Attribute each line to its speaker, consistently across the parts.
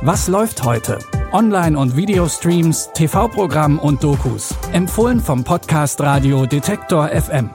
Speaker 1: Was läuft heute? Online- und Videostreams, TV-Programm und Dokus. Empfohlen vom Podcast Radio Detektor FM.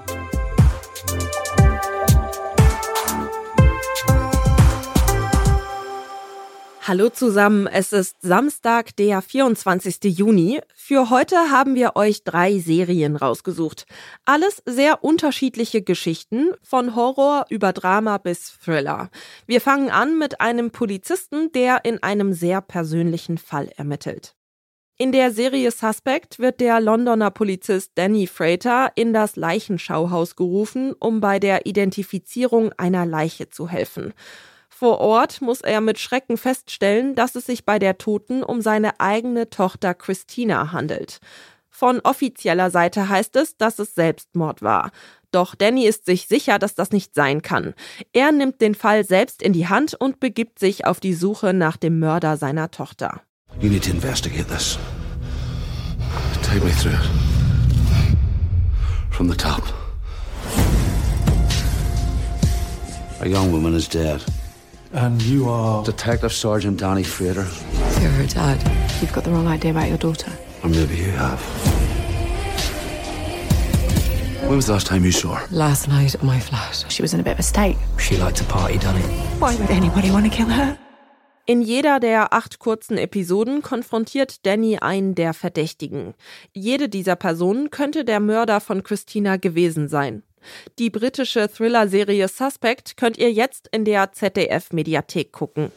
Speaker 2: Hallo zusammen, es ist Samstag, der 24. Juni. Für heute haben wir euch 3 Serien rausgesucht. Alles sehr unterschiedliche Geschichten, von Horror über Drama bis Thriller. Wir fangen an mit einem Polizisten, der in einem sehr persönlichen Fall ermittelt. In der Serie Suspect wird der Londoner Polizist Danny Frater in das Leichenschauhaus gerufen, um bei der Identifizierung einer Leiche zu helfen. Vor Ort muss er mit Schrecken feststellen, dass es sich bei der Toten um seine eigene Tochter Christina handelt. Von offizieller Seite heißt es, dass es Selbstmord war. Doch Danny ist sich sicher, dass das nicht sein kann. Er nimmt den Fall selbst in die Hand und begibt sich auf die Suche nach dem Mörder seiner Tochter.
Speaker 3: You need to investigate this. Take me through it. From the top. A young woman is dead.
Speaker 4: And you are?
Speaker 3: Detective Sergeant Danny Frater.
Speaker 5: You're her dad. You've got the wrong idea about your daughter.
Speaker 3: Or maybe you have. When was the last time you saw her?
Speaker 5: Last night at my flat.
Speaker 6: She was in a bit of a state.
Speaker 3: She liked to party, Danny.
Speaker 6: Why would anybody want to kill her?
Speaker 2: In jeder der 8 kurzen Episoden konfrontiert Danny einen der Verdächtigen. Jede dieser Personen könnte der Mörder von Christina gewesen sein. Die britische Thriller-Serie Suspect könnt ihr jetzt in der ZDF-Mediathek gucken.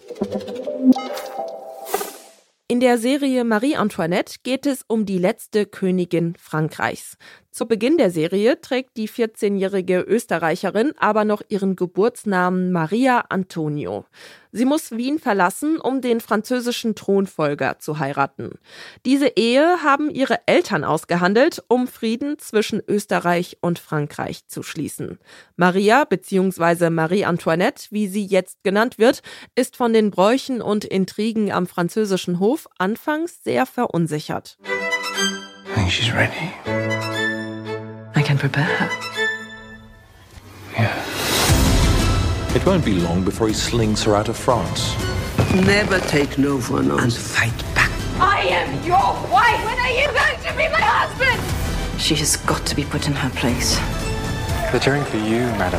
Speaker 2: In der Serie Marie Antoinette geht es um die letzte Königin Frankreichs. Zu Beginn der Serie trägt die 14-jährige Österreicherin aber noch ihren Geburtsnamen Maria Antonio. Sie muss Wien verlassen, um den französischen Thronfolger zu heiraten. Diese Ehe haben ihre Eltern ausgehandelt, um Frieden zwischen Österreich und Frankreich zu schließen. Maria bzw. Marie Antoinette, wie sie jetzt genannt wird, ist von den Bräuchen und Intrigen am französischen Hof anfangs sehr verunsichert.
Speaker 4: I think she's ready.
Speaker 5: I can prepare her.
Speaker 4: Yeah.
Speaker 7: It won't be long before he slings her out of France.
Speaker 3: Never take no for an answer. And fight back.
Speaker 6: I am your wife! When are you going to be my husband?
Speaker 5: She has got to be put in her place.
Speaker 8: They're cheering for you, madam.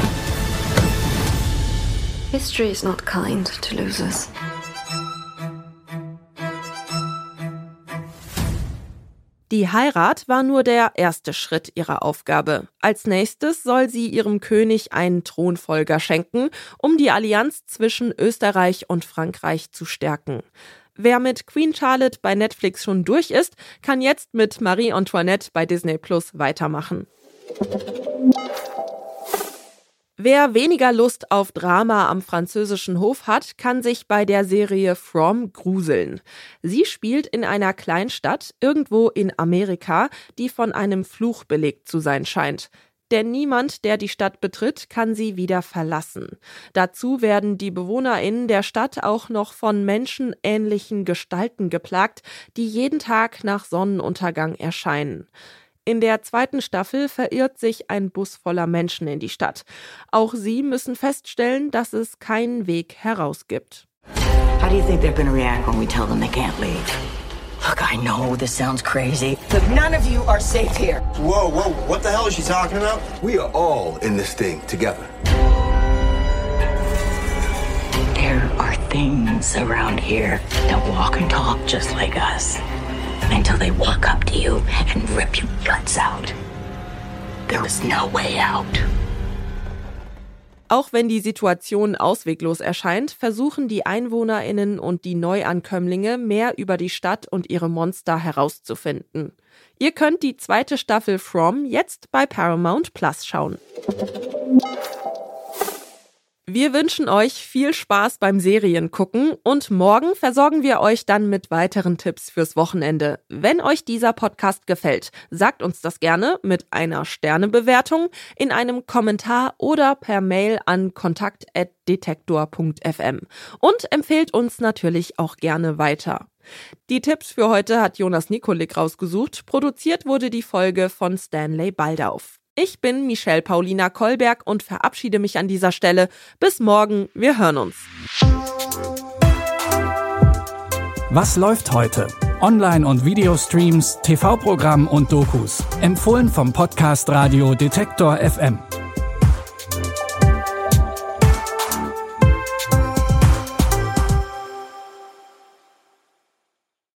Speaker 5: History is not kind to losers.
Speaker 2: Die Heirat war nur der erste Schritt ihrer Aufgabe. Als nächstes soll sie ihrem König einen Thronfolger schenken, um die Allianz zwischen Österreich und Frankreich zu stärken. Wer mit Queen Charlotte bei Netflix schon durch ist, kann jetzt mit Marie Antoinette bei Disney Plus weitermachen. Wer weniger Lust auf Drama am französischen Hof hat, kann sich bei der Serie From gruseln. Sie spielt in einer Kleinstadt irgendwo in Amerika, die von einem Fluch belegt zu sein scheint. Denn niemand, der die Stadt betritt, kann sie wieder verlassen. Dazu werden die BewohnerInnen der Stadt auch noch von menschenähnlichen Gestalten geplagt, die jeden Tag nach Sonnenuntergang erscheinen. In der 2. Staffel verirrt sich ein Bus voller Menschen in die Stadt. Auch sie müssen feststellen, dass es keinen Weg heraus gibt.
Speaker 6: How do you think they're going to react when we tell them they can't leave? Look, I know this sounds crazy, but none of you are safe here.
Speaker 9: Whoa, what the hell is she talking about?
Speaker 3: We are all in this thing together.
Speaker 6: There are things around here that walk and talk just like us. Until they walk up to you and rip your guts out. There is no way out.
Speaker 2: Auch wenn die Situation ausweglos erscheint, versuchen die EinwohnerInnen und die Neuankömmlinge mehr über die Stadt und ihre Monster herauszufinden. Ihr könnt die 2. Staffel From jetzt bei Paramount Plus schauen. Wir wünschen euch viel Spaß beim Seriengucken und morgen versorgen wir euch dann mit weiteren Tipps fürs Wochenende. Wenn euch dieser Podcast gefällt, sagt uns das gerne mit einer Sternebewertung, in einem Kommentar oder per Mail an kontakt@detektor.fm und empfehlt uns natürlich auch gerne weiter. Die Tipps für heute hat Jonas Nikolik rausgesucht. Produziert wurde die Folge von Stanley Baldauf. Ich bin Michelle Paulina Kolberg und verabschiede mich an dieser Stelle. Bis morgen, wir hören uns.
Speaker 1: Was läuft heute? Online- und Videostreams, TV-Programm und Dokus. Empfohlen vom Podcast Radio Detektor FM.